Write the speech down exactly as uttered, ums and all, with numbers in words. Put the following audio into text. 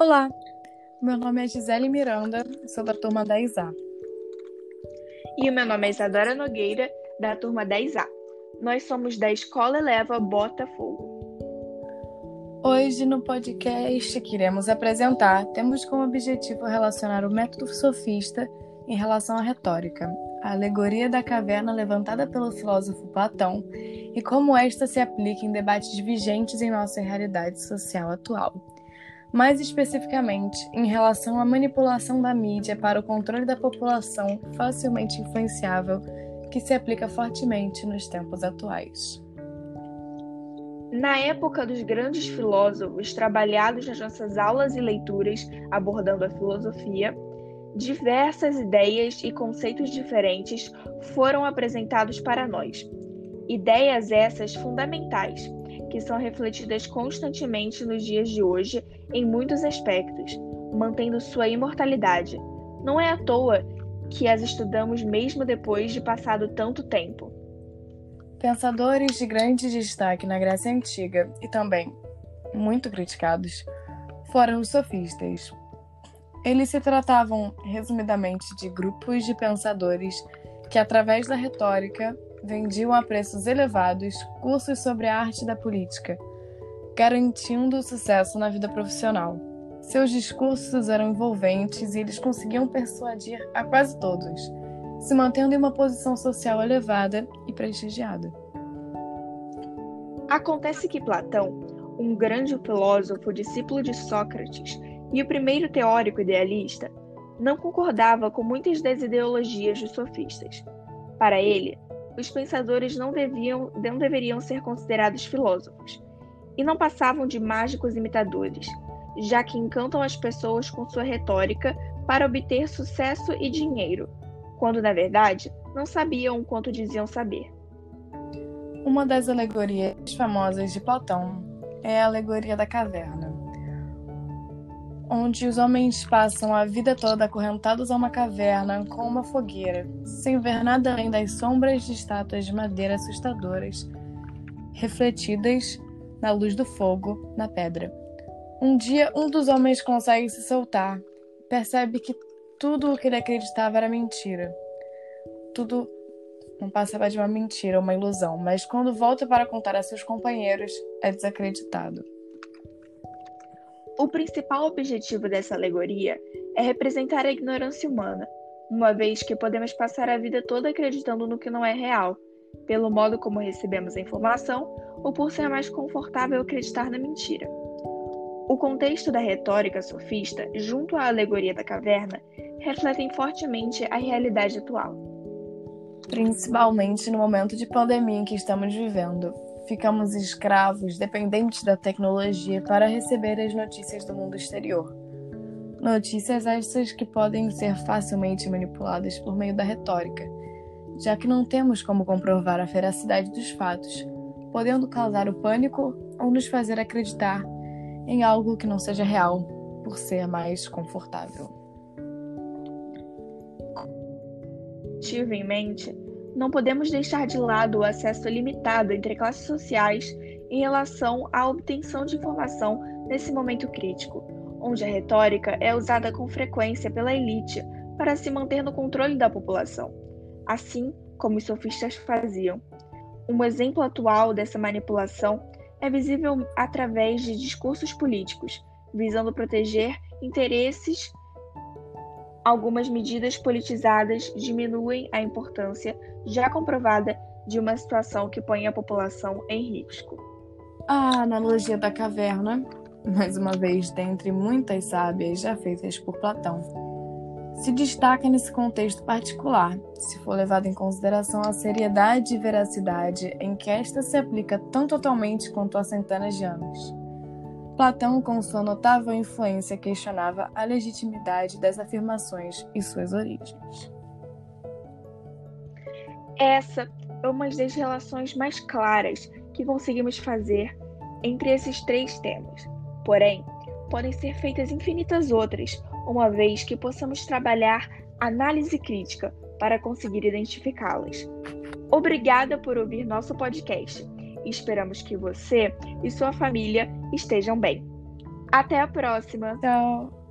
Olá, meu nome é Gisele Miranda, sou da turma dez A. E o meu nome é Isadora Nogueira, da turma dez A. Nós somos da Escola Eleva Botafogo. Hoje, no podcast que iremos apresentar, temos como objetivo relacionar o método sofista em relação à retórica, a alegoria da caverna levantada pelo filósofo Platão e como esta se aplica em debates vigentes em nossa realidade social atual. Mais especificamente, em relação à manipulação da mídia para o controle da população facilmente influenciável, que se aplica fortemente nos tempos atuais. Na época dos grandes filósofos trabalhados nas nossas aulas e leituras abordando a filosofia, diversas ideias e conceitos diferentes foram apresentados para nós. Ideias essas fundamentais, que são refletidas constantemente nos dias de hoje em muitos aspectos, mantendo sua imortalidade. Não é à toa que as estudamos mesmo depois de passado tanto tempo. Pensadores de grande destaque na Grécia Antiga e também muito criticados foram os sofistas. Eles se tratavam, resumidamente, de grupos de pensadores que, através da retórica, vendiam a preços elevados cursos sobre a arte da política, garantindo o sucesso na vida profissional. Seus discursos eram envolventes e eles conseguiam persuadir a quase todos, se mantendo em uma posição social elevada e prestigiada. Acontece que Platão, um grande filósofo discípulo de Sócrates e o primeiro teórico idealista, não concordava com muitas das ideologias dos sofistas. Para ele, os pensadores não, deviam, não deveriam ser considerados filósofos, e não passavam de mágicos imitadores, já que encantam as pessoas com sua retórica para obter sucesso e dinheiro, quando, na verdade, não sabiam o quanto diziam saber. Uma das alegorias famosas de Platão é a alegoria da caverna, onde os homens passam a vida toda acorrentados a uma caverna com uma fogueira, sem ver nada além das sombras de estátuas de madeira assustadoras, refletidas na luz do fogo, na pedra. Um dia, um dos homens consegue se soltar, percebe que tudo o que ele acreditava era mentira. Tudo não passava de uma mentira, uma ilusão, mas quando volta para contar a seus companheiros, é desacreditado. O principal objetivo dessa alegoria é representar a ignorância humana, uma vez que podemos passar a vida toda acreditando no que não é real, pelo modo como recebemos a informação ou por ser mais confortável acreditar na mentira. O contexto da retórica sofista, junto à alegoria da caverna, refletem fortemente a realidade atual. Principalmente no momento de pandemia em que estamos vivendo. Ficamos escravos, dependentes da tecnologia para receber as notícias do mundo exterior. Notícias essas que podem ser facilmente manipuladas por meio da retórica, já que não temos como comprovar a veracidade dos fatos, podendo causar o pânico ou nos fazer acreditar em algo que não seja real, por ser mais confortável. Tive em mente, não podemos deixar de lado o acesso limitado entre classes sociais em relação à obtenção de informação nesse momento crítico, onde a retórica é usada com frequência pela elite para se manter no controle da população, assim como os sofistas faziam. Um exemplo atual dessa manipulação é visível através de discursos políticos, visando proteger interesses. Algumas medidas politizadas diminuem a importância já comprovada de uma situação que põe a população em risco. A analogia da caverna, mais uma vez dentre muitas sábias já feitas por Platão, se destaca nesse contexto particular, se for levado em consideração a seriedade e veracidade em que esta se aplica tanto atualmente quanto há centenas de anos. Platão, com sua notável influência, questionava a legitimidade das afirmações e suas origens. Essa é uma das relações mais claras que conseguimos fazer entre esses três temas. Porém, podem ser feitas infinitas outras, uma vez que possamos trabalhar análise crítica para conseguir identificá-las. Obrigada por ouvir nosso podcast. Esperamos que você e sua família estejam bem. Até a próxima! Tchau!